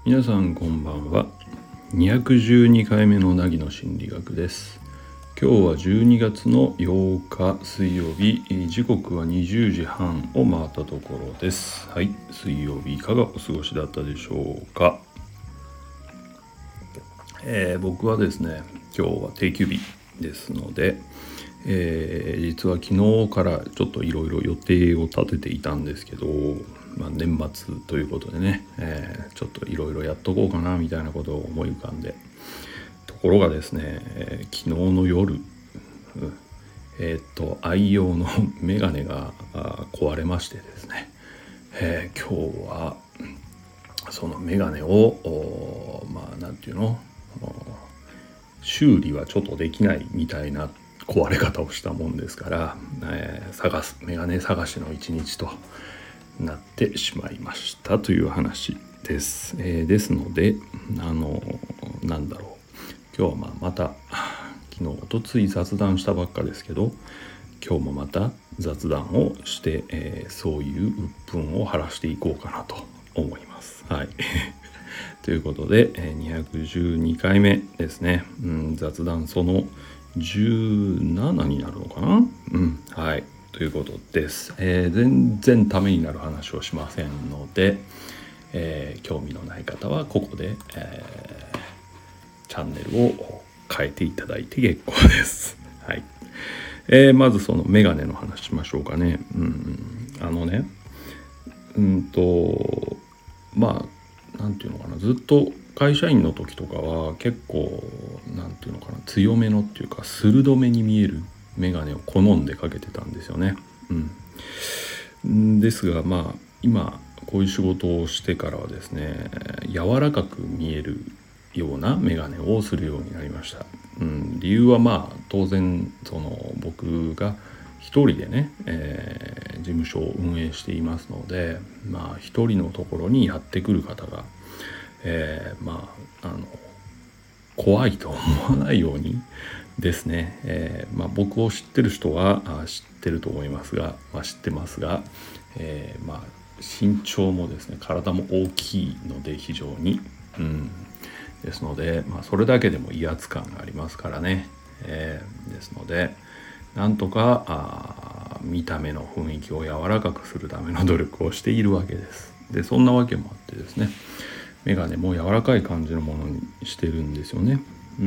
皆さんこんばんは。212回目の凪の心理学です。今日は12月の8日水曜日、時刻は20時半を回ったところです。はい、水曜日いかがお過ごしだったでしょうか。僕はですね、今日は定休日ですので、実は昨日からちょっといろいろ予定を立てていたんですけど、年末ということでね、ちょっといろいろやっとこうかなみたいなことを思い浮かんで、ところがですね、昨日の夜、愛用のメガネが壊れましてですね、今日はそのメガネをなんていうの、修理はちょっとできないみたいな壊れ方をしたもんですから、メガネ探しの一日となってしまいましたという話です。ですのでなんだろう、今日はまた昨日おとつい雑談したばっかですけど、今日もまた雑談をして、そういう鬱憤を晴らしていこうかなと思います。はいということで、212回目ですね、雑談その17になるのかな、はいということです。全然ためになる話をしませんので、興味のない方はここで、チャンネルを変えていただいて結構です。はい。まずそのメガネの話しましょうかね。なんていうのかな、ずっと会社員の時とかは結構なんていうのかな、強めのっていうか鋭めに見えるメガネを好んでかけてたんですよね。ですが今こういう仕事をしてからはですね、柔らかく見えるようなメガネをするようになりました。理由は当然その僕が一人でね、事務所を運営していますので、一人のところにやってくる方が、怖いと思わないようにですね、僕を知ってる人は知ってると思いますが、知ってますが、身長もですね、体も大きいので非常に、ですので、それだけでも威圧感がありますからね、ですのでなんとか見た目の雰囲気を柔らかくするための努力をしているわけです。でそんなわけもあってですね、メガネも柔らかい感じのものにしてるんですよね。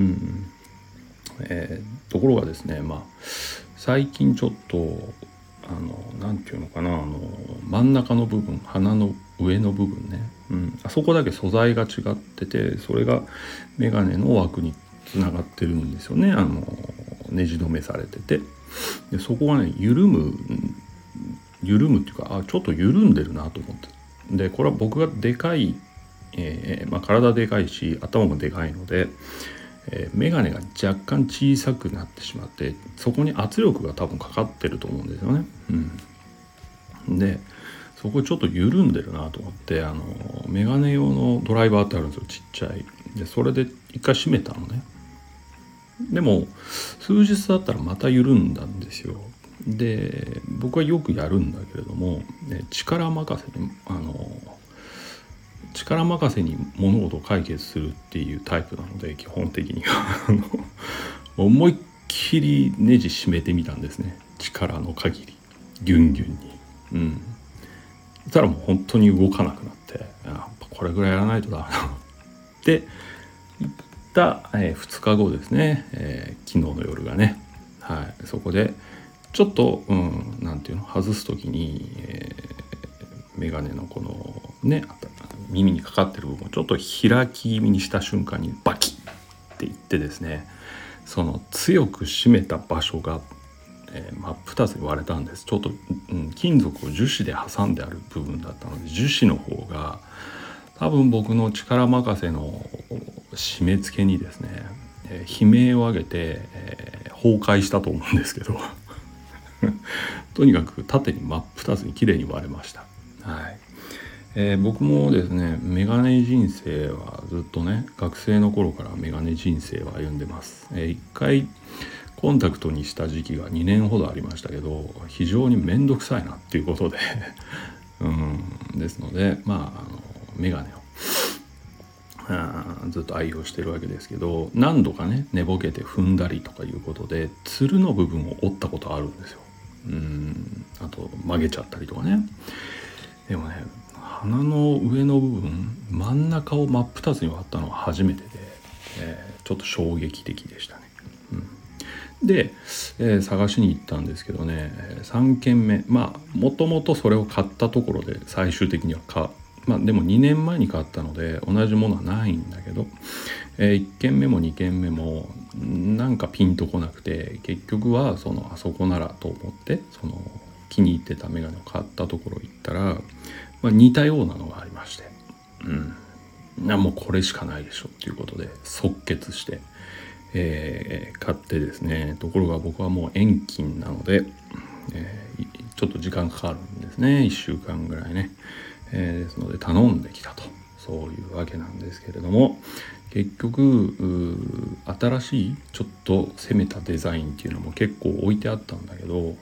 ところがですね、最近ちょっとなんていうのかな、真ん中の部分、鼻の上の部分ね、あそこだけ素材が違ってて、それがメガネの枠につながってるんですよね。ネジ止めされてて、でそこがね緩むっていうか、ちょっと緩んでるなと思って、でこれは僕がでかい、体でかいし頭もでかいので、メガネが若干小さくなってしまって、そこに圧力が多分かかってると思うんですよね。でそこちょっと緩んでるなと思って、メガネ用のドライバーってあるんですよ、ちっちゃい。でそれで一回閉めたのね。でも数日だったらまた緩んだんですよ。で僕はよくやるんだけれども、力任せに物事を解決するっていうタイプなので、基本的には思いっきりネジ締めてみたんですね、力の限りギュンギュンに。そしたらもう本当に動かなくなって、これぐらいやらないとダメだって言った、2日後ですね、昨日の夜がね、そこでちょっと、なんていうの、外す時に、メガネのこのね耳にかかってる部分をちょっと開き気味にした瞬間にバキッっていってですね、その強く締めた場所が、真っ二つに割れたんです。ちょっと、金属を樹脂で挟んである部分だったので、樹脂の方が多分僕の力任せの締め付けにですね、悲鳴を上げて、崩壊したと思うんですけどとにかく縦に真っ二つに綺麗に割れました。僕もですね、メガネ人生はずっとね、学生の頃からメガネ人生は歩んでます。一回コンタクトにした時期が2年ほどありましたけど、非常に面倒くさいなっていうことでですのでメガネをずっと愛用してるわけですけど、何度かね寝ぼけて踏んだりとかいうことでつるの部分を折ったことあるんですよ。あと曲げちゃったりとかね。でもね、鼻の上の部分真ん中を真っ二つに割ったのは初めてで、ちょっと衝撃的でしたね。で、探しに行ったんですけどね、3軒目、もともとそれを買ったところで最終的にはでも2年前に買ったので同じものはないんだけど、1軒目も2軒目もなんかピンとこなくて、結局はあそこならと思って気に入ってたメガネを買ったところ行ったら、似たようなのがありまして、もうこれしかないでしょっていうことで即決して、買ってですね。ところが僕はもう遠近なので、ちょっと時間かかるんですね。1週間ぐらいね。ですので頼んできたと、そういうわけなんですけれども、結局新しいちょっと攻めたデザインっていうのも結構置いてあったんだけど、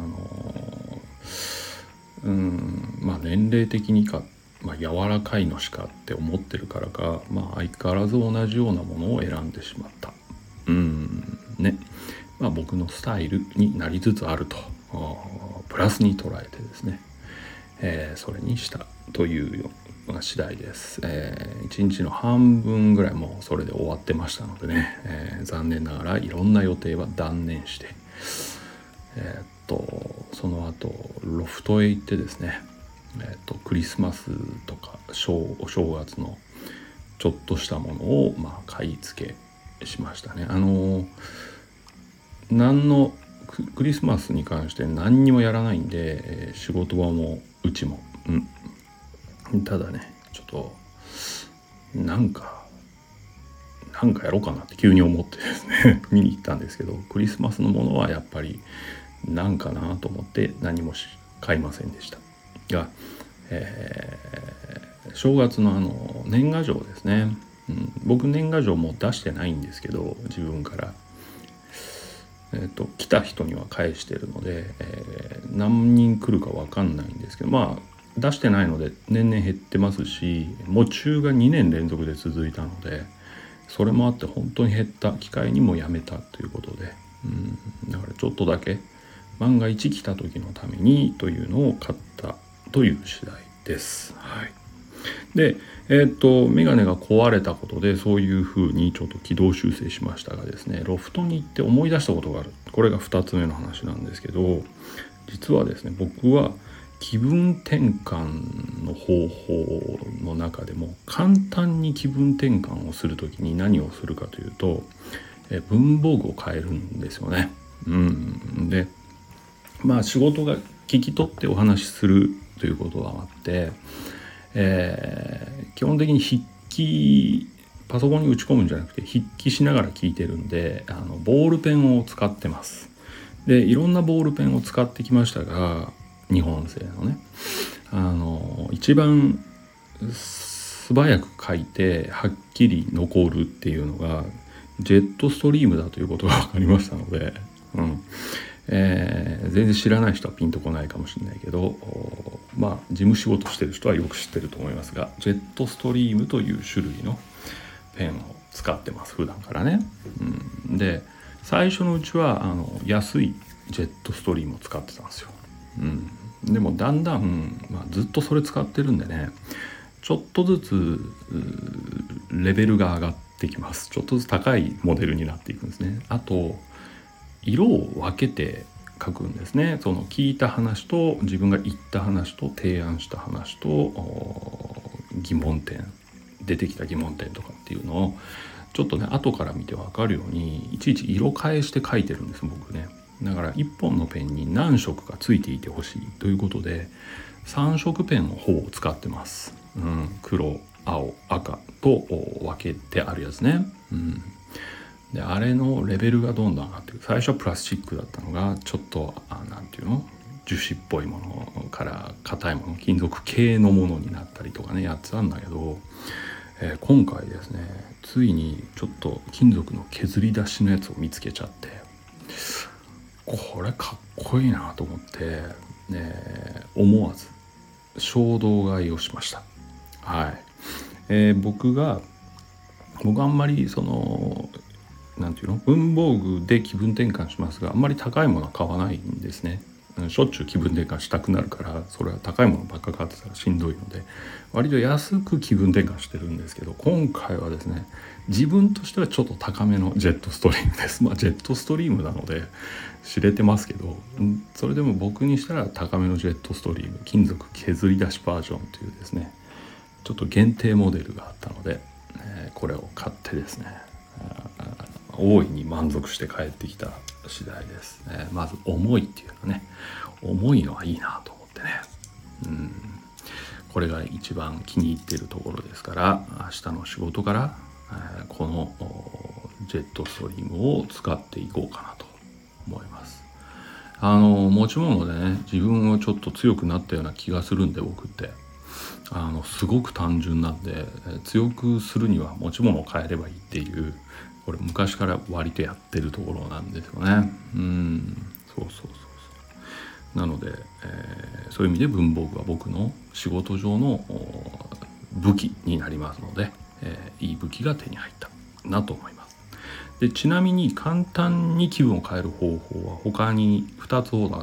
年齢的にか、柔らかいのしかって思ってるからか、相変わらず同じようなものを選んでしまった。僕のスタイルになりつつあるとプラスに捉えてですね、それにしたというような次第です。1日の半分ぐらいもうそれで終わってましたのでね、残念ながらいろんな予定は断念して、その後ロフトへ行ってですね、クリスマスとかお正月のちょっとしたものを買い付けしましたね。クリスマスに関して何にもやらないんで、仕事場もうちも、ただねちょっとなんかやろうかなって急に思ってですね見に行ったんですけど、クリスマスのものはやっぱりなんかなと思って何も買いませんでしたが、正月の年賀状ですね、僕年賀状も出してないんですけど自分から、来た人には返してるので、何人来るか分かんないんですけど、出してないので年々減ってますし、喪中が2年連続で続いたのでそれもあって本当に減った機会にもやめたということで、だからちょっとだけ万が一来た時のためにというのを買ったという次第です。で、メガネが壊れたことでそういうふうにちょっと軌道修正しましたがですね、ロフトに行って思い出したことがある。これが2つ目の話なんですけど、実はですね僕は気分転換の方法の中でも簡単に気分転換をするときに何をするかというと、文房具を変えるんですよね。で仕事が聞き取ってお話しするということがあって、基本的に筆記パソコンに打ち込むんじゃなくて筆記しながら聞いてるんで、ボールペンを使ってます。でいろんなボールペンを使ってきましたが、日本製のね、一番素早く書いてはっきり残るっていうのがジェットストリームだということが分かりましたので、全然知らない人はピンとこないかもしれないけど、事務仕事してる人はよく知ってると思いますが、ジェットストリームという種類のペンを使ってます普段からね。で最初のうちは安いジェットストリームを使ってたんですよ。でもだんだん、ずっとそれ使ってるんでね、ちょっとずつレベルが上がってきます。ちょっとずつ高いモデルになっていくんですね。あと色を分けて書くんですね。その聞いた話と自分が言った話と提案した話と疑問点、出てきた疑問点とかっていうのをちょっとね後から見て分かるようにいちいち色変えして書いてるんです僕ね。だから1本のペンに何色かついていてほしいということで3色ペンをほぼ使ってます。黒、青、赤と分けてあるやつね。であれのレベルがどんどん上がっていく。最初はプラスチックだったのがちょっとなんていうの、樹脂っぽいものから硬いもの、金属系のものになったりとかねやってたんだけど、今回ですねついにちょっと金属の削り出しのやつを見つけちゃって、これかっこいいなと思って、思わず衝動買いをしました。僕が僕あんまりそのなんていうの、文房具で気分転換しますが、あんまり高いものは買わないんですね。しょっちゅう気分転換したくなるから、それは高いものばっか買ってたらしんどいので、割と安く気分転換してるんですけど、今回はですね、自分としてはちょっと高めのジェットストリームです。ジェットストリームなので知れてますけど、それでも僕にしたら高めのジェットストリーム金属削り出しバージョンというですね、ちょっと限定モデルがあったので、これを買ってですね、大いに満足して帰ってきた次第です。まず重いっていうのね、重いのはいいなと思ってね、これが一番気に入っているところですから、明日の仕事から、このジェットストリームを使っていこうかなと思います。持ち物でね、自分はちょっと強くなったような気がするんで、僕ってすごく単純なんで、強くするには持ち物を変えればいいっていう、これ昔から割とやってるところなんですよね。そうなので、そういう意味で文房具は僕の仕事上の武器になりますので、いい武器が手に入ったなと思います。でちなみに簡単に気分を変える方法は他に2つほどあって、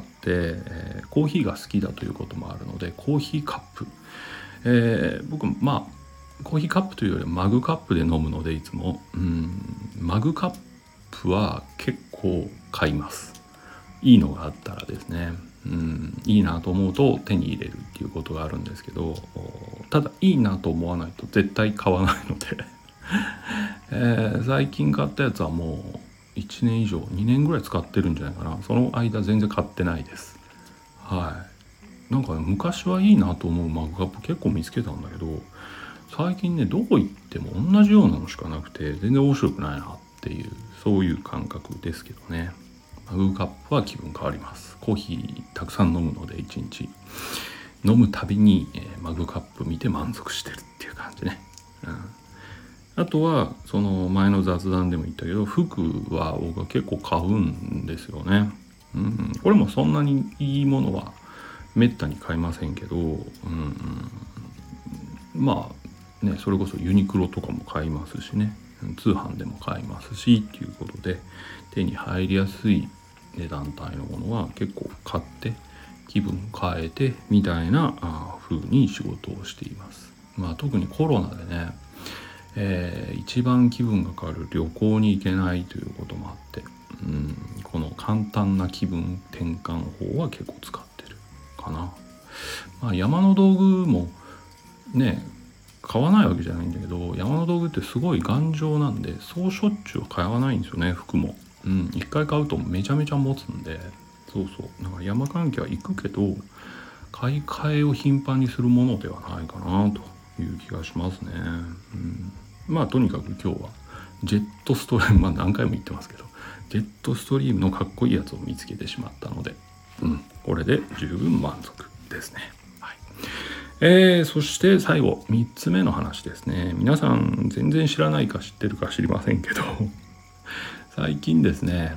コーヒーが好きだということもあるので、コーヒーカップ、僕コーヒーカップというよりはマグカップで飲むので、いつもマグカップは結構買います。いいのがあったらですね、いいなと思うと手に入れるっていうことがあるんですけど、ただいいなと思わないと絶対買わないので、最近買ったやつはもう1年以上2年ぐらい使ってるんじゃないかな。その間全然買ってないです。なんかね、昔はいいなと思うマグカップ結構見つけたんだけど、最近ね、どこ行っても同じようなのしかなくて全然面白くないなっていう、そういう感覚ですけどね。マグカップは気分変わります。コーヒーたくさん飲むので、1日飲むたびに、マグカップ見て満足してるっていう感じね。あとはその前の雑談でも言ったけど、服は僕は結構買うんですよね。これもそんなにいいものはめったに買いませんけど、それこそユニクロとかも買いますしね、通販でも買いますしっていうことで、手に入りやすい値段帯のものは結構買って気分変えてみたいな風に仕事をしています。特にコロナでね、一番気分が変わる旅行に行けないということもあって、この簡単な気分転換法は結構使ってるかな。山の道具もね、買わないわけじゃないんだけど、山の道具ってすごい頑丈なんで、そうしょっちゅう買わないんですよね。服も一回買うとめちゃめちゃ持つんで、だから山関係は行くけど買い替えを頻繁にするものではないかなという気がしますね。とにかく今日はジェットストリーム、何回も言ってますけど、ジェットストリームのかっこいいやつを見つけてしまったので、これで十分満足ですね。そして最後3つ目の話ですね。皆さん全然知らないか知ってるか知りませんけど最近ですね、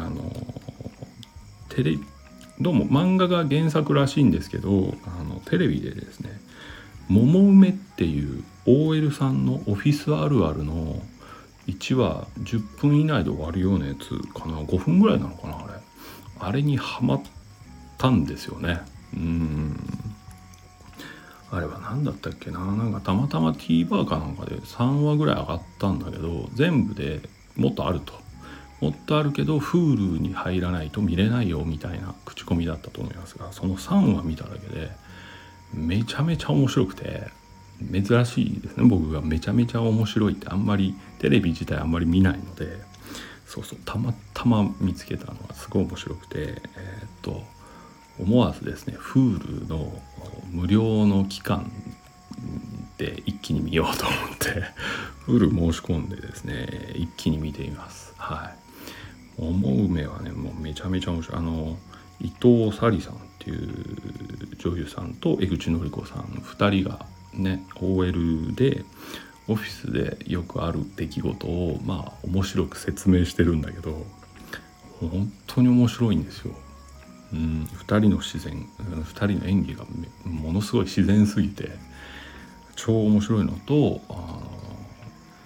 どうも漫画が原作らしいんですけど、テレビでですね、桃梅っていう OL さんのオフィスあるあるの1話10分以内で終わるようなやつかな、5分ぐらいなのかな、あれにハマったんですよね。あれは何だったっけな、なんかたまたま TVer かなんかで3話ぐらい上がったんだけど、全部でもっとあるけど Hulu に入らないと見れないよみたいな口コミだったと思いますが、その3話見ただけでめちゃめちゃ面白くて、珍しいですね。僕がめちゃめちゃ面白いってあんまりテレビ自体あんまり見ないので、たまたま見つけたのがすごい面白くて、思わずですね Hulu の無料の期間で一気に見ようと思ってHulu 申し込んでですね、一気に見ています。思う梅はね、もうめちゃめちゃ面白い。伊藤沙莉さんっていう女優さんと江口のり子さん2人がね OL でオフィスでよくある出来事を面白く説明してるんだけど、本当に面白いんですよ。2人の2人の演技がものすごい自然すぎて超面白いのと、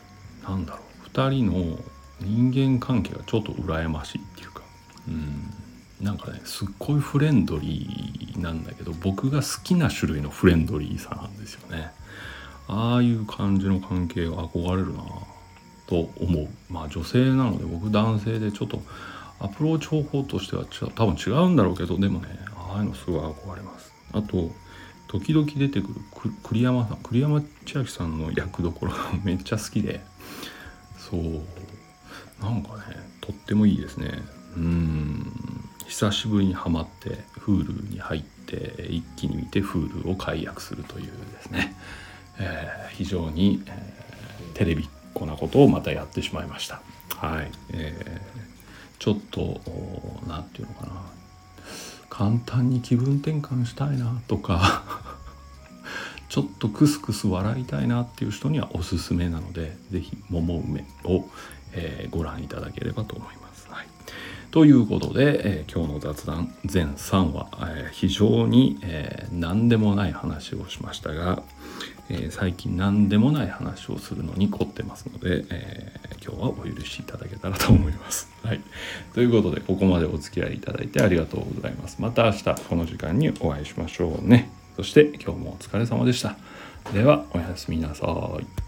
なんだろう、2人の人間関係がちょっと羨ましいっていうか、なんかねすっごいフレンドリーなんだけど、僕が好きな種類のフレンドリーさなんですよね。ああいう感じの関係は憧れるなと思う。まあ女性なので、僕男性でちょっとアプローチ方法としては多分違うんだろうけど、でもねああいうのすごい憧れます。あと時々出てくる栗山千明さんの役どころがめっちゃ好きで、そうなんかねとってもいいですね。久しぶりにハマって Hulu に入って一気に見て Hulu を解約するというですね、非常に、テレビっ子なことをまたやってしまいました。はい、ちょっとなんていうのかな、簡単に気分転換したいなとかちょっとクスクス笑いたいなっていう人にはおすすめなので、ぜひ桃梅を、ご覧いただければと思います。はい、ということで、今日の雑談全3話、非常に、何でもない話をしましたが、最近何でもない話をするのに凝ってますので、今日はお許しいただけたらと思います。はい、ということでここまでお付き合いいただいてありがとうございます。また明日この時間にお会いしましょうね。そして今日もお疲れ様でした。ではおやすみなさい。